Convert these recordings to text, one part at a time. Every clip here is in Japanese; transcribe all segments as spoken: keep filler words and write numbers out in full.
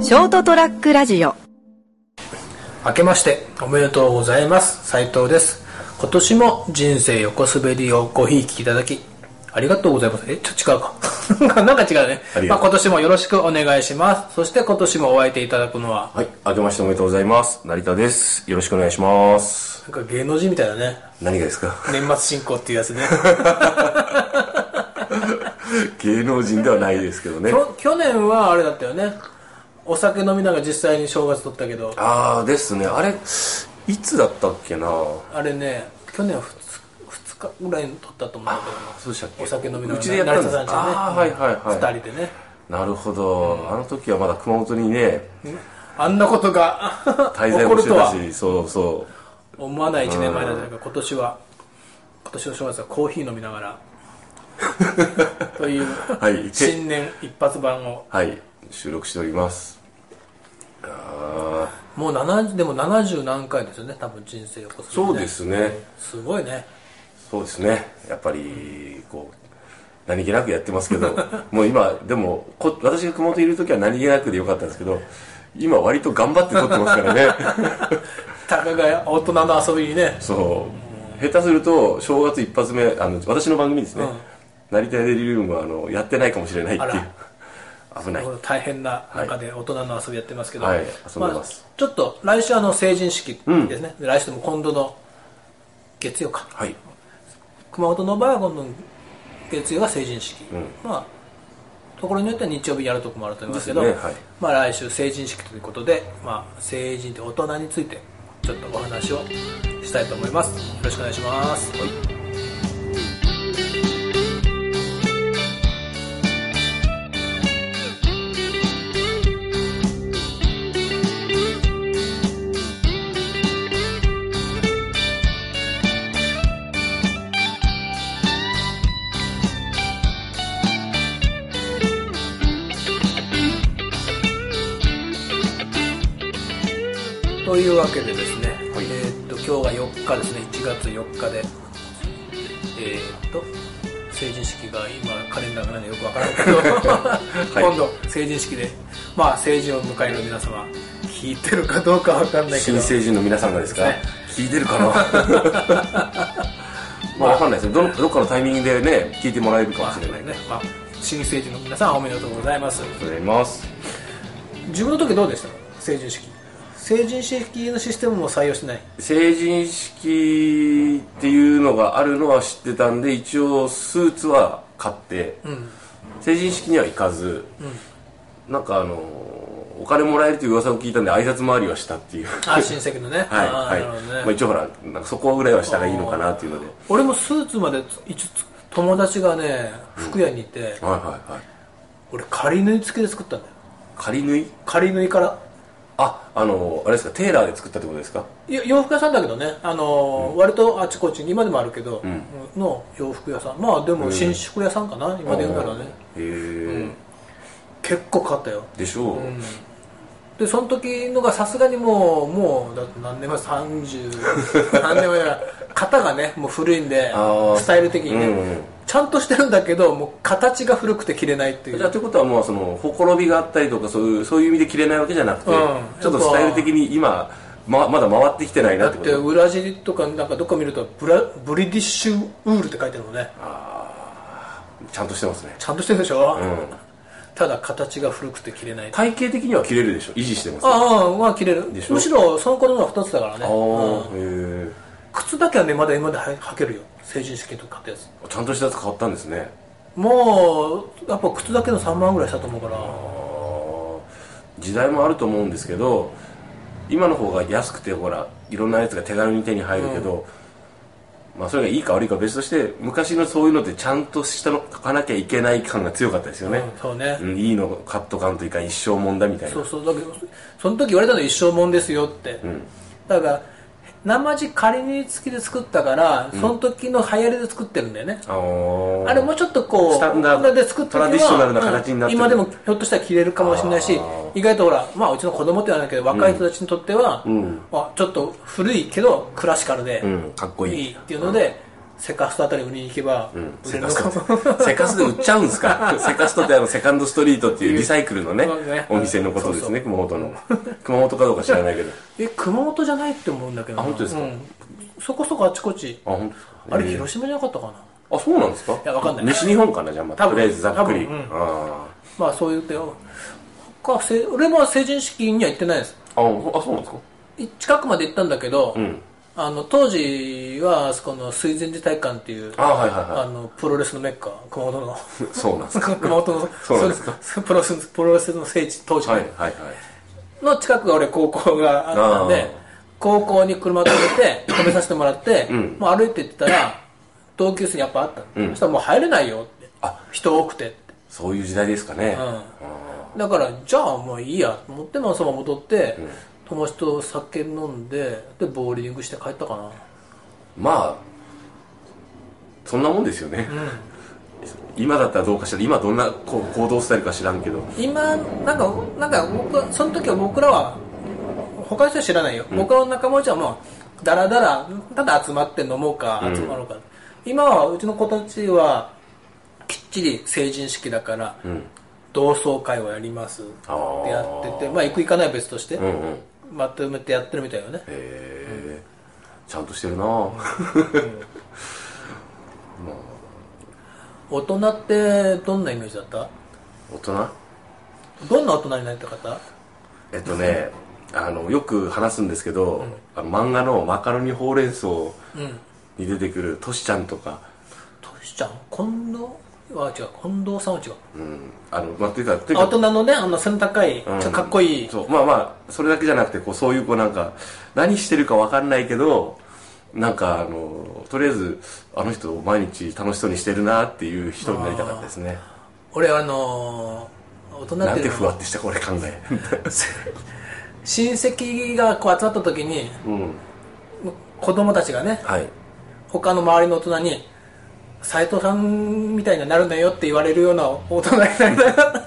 ショートトラックラジオ。 明けましておめでとうございます。斉藤です。今年も人生横滑りをごひいきいただきありがとうございます。え、ちょっと違うかなんか違うね。まあ、今年もよろしくお願いします。そして今年もお相手いただくのは、 はい、明けましておめでとうございます。成田です。よろしくお願いします。 なんか芸能人みたいだね。 何がですか？ 年末進行っていうやつね。 芸能人ではないですけどね。 去年はあれだったよね。お酒飲みながら実際に正月取ったけど。 ああですね。あれいつだったっけな。 あれね、去年はふつかぐらいに取ったと思うんだけど。 そうでしたっけ？ お酒飲みながら、 うちでやったんですか？ああ、はいはいはい。 二人でね。 なるほど、うん。あの時はまだ熊本にね、 あんなことが滞在もしてたし、そうそう思わないいちねんまえだったけど、今年は今年の正月はコーヒー飲みながらという、はい、新年一発版を、 はい、収録しております。 あもうななじゅうでもななじゅう何回ですよね、多分人生をこする、 ね、そうですね。 すごいね。 そうですね。やっぱりこう何気なくやってますけど、もう今でもこ私が熊本にいる時は何気なくでよかったんですけど、今割と頑張って撮ってますからね。 たかが大人の遊びにね。 そう。下手すると正月一発目、あの私の番組ですね。うん、成田デリリウムはあのやってないかもしれないっていう。危ない。 大変な中で大人の遊びやってますけど、 はい、はい、遊んでます。 まあ、ちょっと来週あの成人式ですね。うん、来週も今度の月曜か。はい。熊本の場合は今度の月曜が成人式。うん、まあところによっては日曜日やるとこもあると思いますけど、ね、はい、まあ来週成人式ということで、まあ成人って大人についてちょっとお話をしたいと思います。よろしくお願いします。はい。というわけでですね、はい、えー、っと今日がよっかですね、いちがつよっかで、えー、っと成人式が今カレンダーが何でよくわからんけど、はい、今度成人式で、まあ成人を迎える皆様聞いてるかどうかわかんないけど、 新成人の皆さんがですか、ね、聞いてるかな。まあわかんないですよ。どのどっかのタイミングでね聞いてもらえるかもしれない、 まあね、まあ、新成人の皆さんおめでとうございます。 ありがとうございます。 自分の時どうでした成人式？成人式のシステムも採用してない。 成人式っていうのがあるのは知ってたんで、一応スーツは買って、うん、成人式には行かず、うん、なんかあのお金もらえるという噂を聞いたんで挨拶回りはしたっていう。 あ、親戚のね。 はい、はい、ね、まあ、一応ほらなんかそこぐらいはしたらいいのかなっていうので。 俺もスーツまで一応友達がね服屋にいて、うん、はいはいはい、俺仮縫い付けで作ったんだよ。 仮縫い？ 仮縫いから。 あ、あのあれですか、テーラーで作ったってことですか？ いや洋服屋さんだけどね、あの、うん、割とあちこちに今でもあるけど、うん、の洋服屋さん、まあでも新宿屋さんかな、うん、今で言うならね。へえ、うん、結構買ったよ。でしょう。うん、でその時のがさすがにもうもうだって何年前さんじゅう何年前だ型がねもう古いんでスタイル的にね、うん、ちゃんとしてるんだけどもう形が古くて着れないっていう。 じゃあということはもうそのほころびがあったりとかそういうそういう意味で着れないわけじゃなくて、うん、ちょっとスタイル的に今 ま, まだ回ってきてないなってこと。 だって裏地とかなんかどっか見るとブラブリディッシュウールって書いてあるのね。 あちゃんとしてますね。 ちゃんとしてるでしょ、うん、ただ形が古くて着れない。 体型的には着れるでしょ。維持してます、 ね、ああまあ着れる。むしろその頃のがふたつだからね。あ、 うん、へえ。 靴だけはねまだ今まで履けるよ。成人式とか買ったやつちゃんとしたやつ買ったんですね。 もうやっぱ靴だけのさんまんぐらいしたと思うから。あ時代もあると思うんですけど、今の方が安くてほらいろんなやつが手軽に手に入るけど、うん、まあそれがいいか悪いかは別として昔のそういうのってちゃんとしたの書かなきゃいけない感が強かったですよね。うん、そうね、うん、いいの買っとかんといかん一生もんだみたいな。 そうそうだけどその時言われたの一生もんですよって、うん、だから生地仮に付きで作ったから、うん、その時の流行りで作ってるんだよね。あれもうちょっとこうスタンダードで作った時はトラディショナルな形になってる、 うん、今でもひょっとしたら着れるかもしれないし、意外とほらまあうちの子供って言わないけど若い人たちにとっては、うん、まあ、ちょっと古いけどクラシカルで、うん、かっこいいっていうので、 セカストあたり売りに行けば、 うん、セカストセカストで売っちゃうんですかセカストってあのセカンドストリートっていうリサイクルのね、ねお店のことですね。熊本の熊本かどうか知らないけどえ熊本じゃないって思うんだけど。 あ本当ですか、うん、 そこそこあちこち。あ本当、あれ広島じゃなかったかな。 あそうなんですか。いやわかんない。 西日本かなじゃあ、まあ、とりあえずざっくり、うん、 あまあそういう点か。俺も成人式には行ってないです。 ああそうなんですか。 近くまで行ったんだけど、 うん、 あの当時はあそこの水前寺体育館っていうあ、はいはいはい、 あのプロレスのメッカ熊本のそうなんですか熊本のそうなんですかプロレスプロレスの聖地当時、 はいはいはい、 の近くが俺高校があったんで高校に車止めて止めさせてもらって、うん、もう歩いて行ってたら同級生にやっぱあったの、うん、そしたらもう入れないよって、あ人多くてって、 そういう時代ですかね、 うん、だからじゃあもういいやと思ってもそのまま戻って、うん、友達と酒飲んででボーリングして帰ったかな。 まあそんなもんですよね、うん、今だったらどうかしら。今どんなこう行動スタイルか知らんけど今なんかなんか僕その時は僕らは他の人は知らないよ、うん、僕の仲間内はもうダラダラただ集まって飲もうか集まろうか、うん、今はうちの子たちはきっちり成人式だから、うん、同窓会をやりますってやってて、まあ行く行かないは別として、うんうん、まとめてやってるみたいよね。へえ、うん、ちゃんとしてるな、うんうん、 大人ってどんなイメージだった？ 大人？ どんな大人になりたかった？ えっとね、あのよく話すんですけど、うん、あの漫画のマカロニほうれん草に出てくるトシちゃんとか、 トシちゃん近藤は違う近藤さんは違う、 うん、あのまあというかというか大人のねあの背の高い、うん、ちょっとかっこいい、 そうまあまあそれだけじゃなくてこうそういう子なんか何してるか分かんないけどなんかあのとりあえずあの人を毎日楽しそうにしてるなっていう人になりたかったですね。 俺あの大人っていうのはなんてふわってしたこれ考え親戚がこう集まった時に、うん、子供たちがね、はい、他の周りの大人に斉藤さんみたいになるんだよって言われるような大人になりたい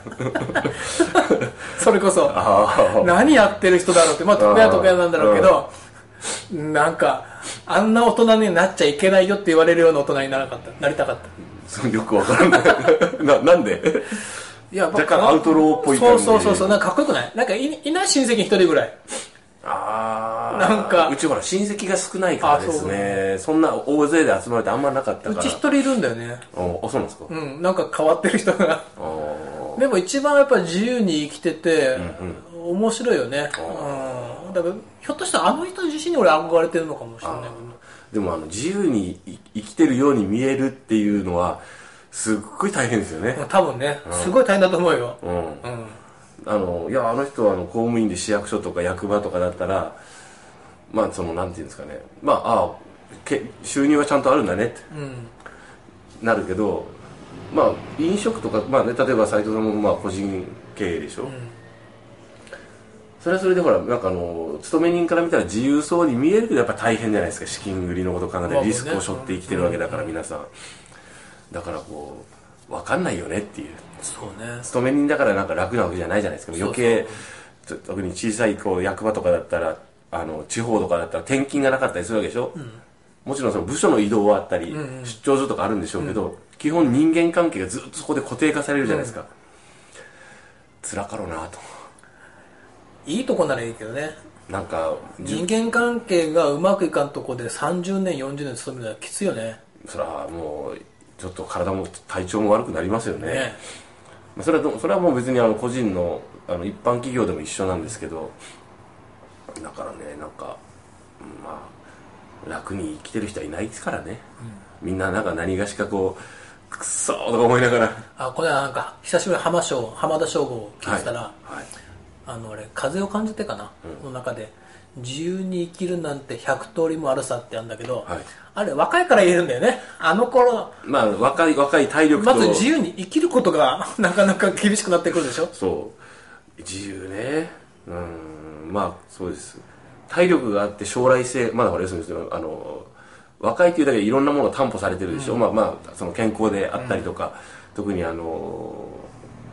それこそ何やってる人だろうって、まあ得や得やなんだろうけど、なんかあんな大人になっちゃいけないよって言われるような大人にならなかったなりたかった。 よくわからないな, なんでいや若干アウトローっぽい感じ。 そうそうそう、なんかかっこよくない？なんか い, いない親戚一人ぐらい。 ああ、なんかうちほら親戚が少ないからですね。 そ, そんな大勢で集まれてあんまなかったから。 うち一人いるんだよね。 あ、そうなんですか。 うん、なんか変わってる人がでも一番やっぱり自由に生きてて、うんうん、面白いよね、うん、だからひょっとしたらあの人自身に俺憧れてるのかもしれないけど。 でもあの自由に生きてるように見えるっていうのはすっごい大変ですよね。 多分ね、うん、すごい大変だと思うよ、うんうん、 あのいやあの人はあの公務員で市役所とか役場とかだったらまあそのなんていうんですかね、まああけ収入はちゃんとあるんだねって、うん、なるけどまあ飲食とか、まあね、例えば斉藤さんもまあ個人経営でしょ、うん、それはそれでほらなんかあの勤め人から見たら自由そうに見えるけどやっぱ大変じゃないですか。資金繰りのことを考えてリスクを背負って生きてるわけだから皆さん、だからこう分かんないよねっていう。 そうね、 勤め人だからなんか楽なわけじゃないじゃないですか。余計そうそう、特に小さいこう役場とかだったらあの地方とかだったら転勤がなかったりするわけでしょ、うん、もちろんその部署の移動はあったり、うんうん、出張所とかあるんでしょうけど、うん、基本人間関係がずっとそこで固定化されるじゃないですか、うん、辛かろうなと。 いいとこならいいけどね、 なんか人間関係がうまくいかんとこでさんじゅうねんよんじゅうねん勤めるのはきついよね。 それはもうちょっと体も体調も悪くなりますよね。ね、それはそれはもう別にあの個人のあの一般企業でも一緒なんですけど、だからねなんかまあ楽に生きてる人はいないですからね、うん、みんななんか何がしかこうくっそーとか思いながら。 あ、これはなんか久しぶりに浜翔浜田省吾を聞いてたら、はいはい、あのあれ風を感じてかな、うん、の中で自由に生きるなんてひゃく通りもあるさってあるんだけど、はい、あれ若いから言えるんだよね。あの頃まあ若い若い体力とまず自由に生きることがなかなか厳しくなってくるでしょ。 そう自由ね、うん、まあそうです。体力があって将来性まだほら要するにあの若いというだけでいろんなものが担保されてるでしょ、うん、まあまあその健康であったりとか、うん、特にあの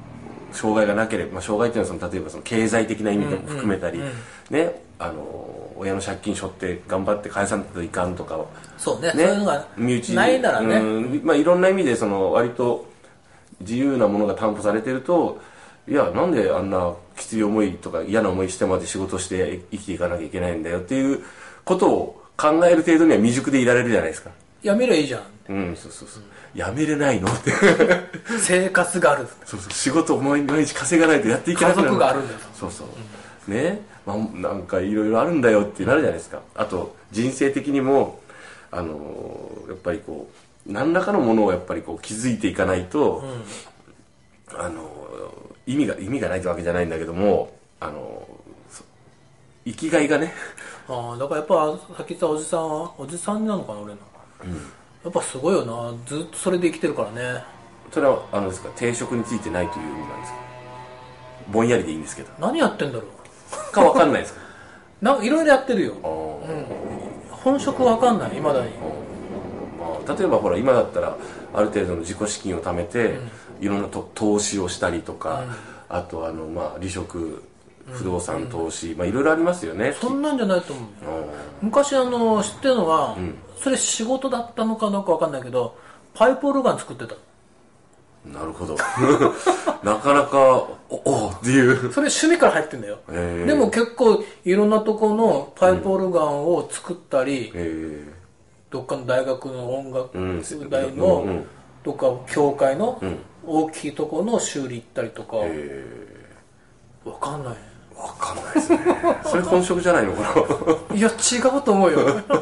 障害がなければ、まあ、障害っていうのはその例えばその経済的な意味でも含めたり、うんうんうん、ね、あの親の借金背負って頑張って返さないといかんとか、 そうね、ね、そういうのがないならね、 うん、まあ、いろんな意味でその割と自由なものが担保されてると、いやなんであんなきつい思いとか嫌な思いしてまで仕事して生きていかなきゃいけないんだよっていうことを考える程度には未熟でいられるじゃないですか。 やめりゃいいじゃん。 うん、そうそうそう、うん、やめれないのって生活がある。 そうそう、仕事を毎日稼がないとやっていけなくなる。 家族があるんだよ。 そうそう、うん、ね、まあ、なんかいろいろあるんだよってなるじゃないですか。あと人生的にもあのー、やっぱりこう何らかのものをやっぱりこう気づいていかないと、うん、あのー、意味が意味がないってわけじゃないんだけども、あのー、生きがいがねああ、だからやっぱさっき言ったおじさんはおじさんなのかな俺の、うん、やっぱすごいよな、ずっとそれで生きてるからね。それはあのですか、定職についてないという意味なんですか。ぼんやりでいいんですけど。 何やってんだろうかわかんないですか。 なんかいろいろやってるよ、うん、本職わかんない、いまだに、 まあ、例えばほら今だったらある程度の自己資金を貯めて、うん、いろんなと投資をしたりとか、うん、あとあの、まあ、離職不動産投資、うん、まあいろいろありますよね。 そんなんじゃないと思う。昔あの知ってるのは、うん、それ仕事だったのかどうかわかんないけどパイプオルガン作ってた。 なるほどなかなかおおっていうそれ趣味から入ってんだよ。でも結構いろんなとこのパイプオルガンを作ったり、うん、どっかの大学の音楽大の、うん、どっか教会の大きいとこの修理行ったりとか、わかんない。 わかんないですねそれ本職じゃないのかないや違うと思うよ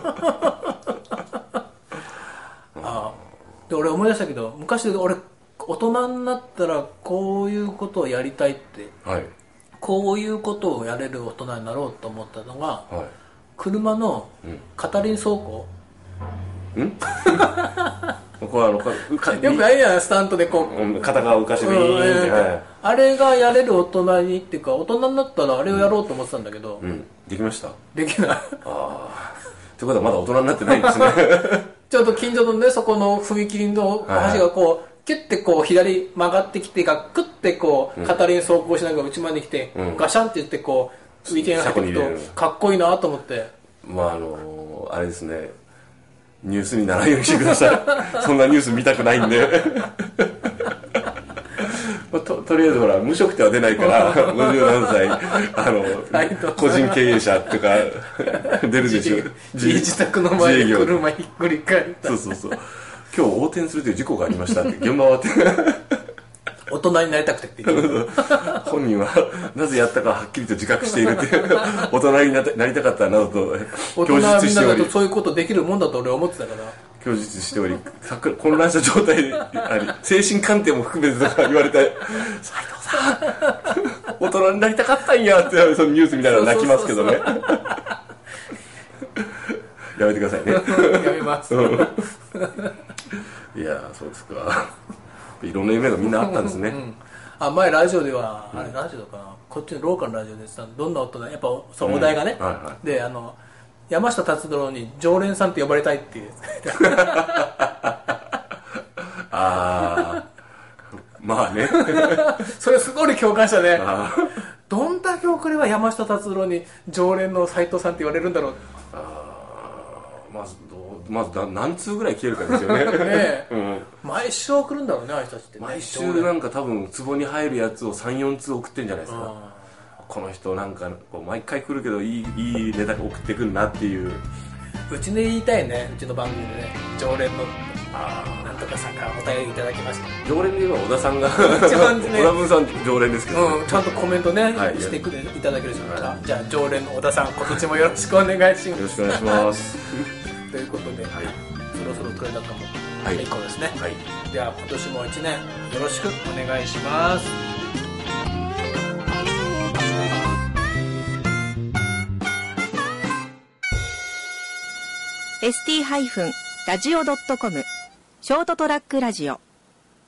あで俺思い出したけど、昔俺大人になったらこういうことをやりたいって、はい、こういうことをやれる大人になろうと思ったのが、はい、車の片輪走行、 うん、これあのかかよくあれやん、スタントでこう、 うん、片側浮かしてビーンって、はい、 あれがやれる大人にっていうか大人になったらあれをやろうと思ってたんだけど、 うんうん、できました？ できない。ああってことはまだ大人になってないんですねちょっと近所のねそこの踏切の橋がこう、はい、キュッてこう左曲がってきてがクッてこう片輪走行しながら内まで来て、うん、ガシャンって言ってこう浮きが入ってくるとかっこいいなと思って。 まああのー、あれですね、ニュースにならないようにしてくださいそんなニュース見たくないんでと, とりあえずほら無職手は出ないからごじゅうななさいあの個人経営者とか出るでしょ。 自, 自宅の前で車ひっくり返ったそうそうそう、今日横転するという事故がありましたって現場はって大人になりたくてって言って本人はなぜやったかはっきりと自覚しているっていう大人になりたかったなどと供述しており、大人はみんなだとそういうことできるもんだと俺は思ってたから供述しており、混乱した状態であり精神鑑定も含めてとか言われて斉藤さん大人になりたかったんやってそのニュース見ながら泣きますけどねやめてくださいねやめますいやそうですかいろんな夢がみんなあったんですね、うん、 あ前ラジオでは、うん、あれラジオかな、こっちのローカルのラジオでさ、どんな大人やっぱそのお題がね、うんはいはい、であの山下達郎に常連さんって呼ばれたいっていうああまあねそれすごい共感したね。どんだけ遅れば山下達郎に常連の斉藤さんって言われるんだろう。 あまずまず何通ぐらい来てるかですよねね、うん、 毎週送るんだろうねあの人たちって、ね、 毎週なんか多分壺に入るやつを さん,よん 通送ってんじゃないですか。この人なんかこう毎回来るけどいい、いいネタ送ってくるなっていう。 うちで言いたいね、うちの番組でね、常連のあなんとかさんからお便りいただきました。 常連で言えば小田さんが一番ね、小田文さん常連ですけど、ねうん、ちゃんとコメントね、はい、してくれいただける人から、はい、じゃあ常連の小田さん今年もよろしくお願いします。よろしくお願いしますということで、はい、そろそろクレダカも結構ですね、はい、では今年もいちねんよろしくお願いします。 エスティー ラジオ ドットコム ショートトラックラジオ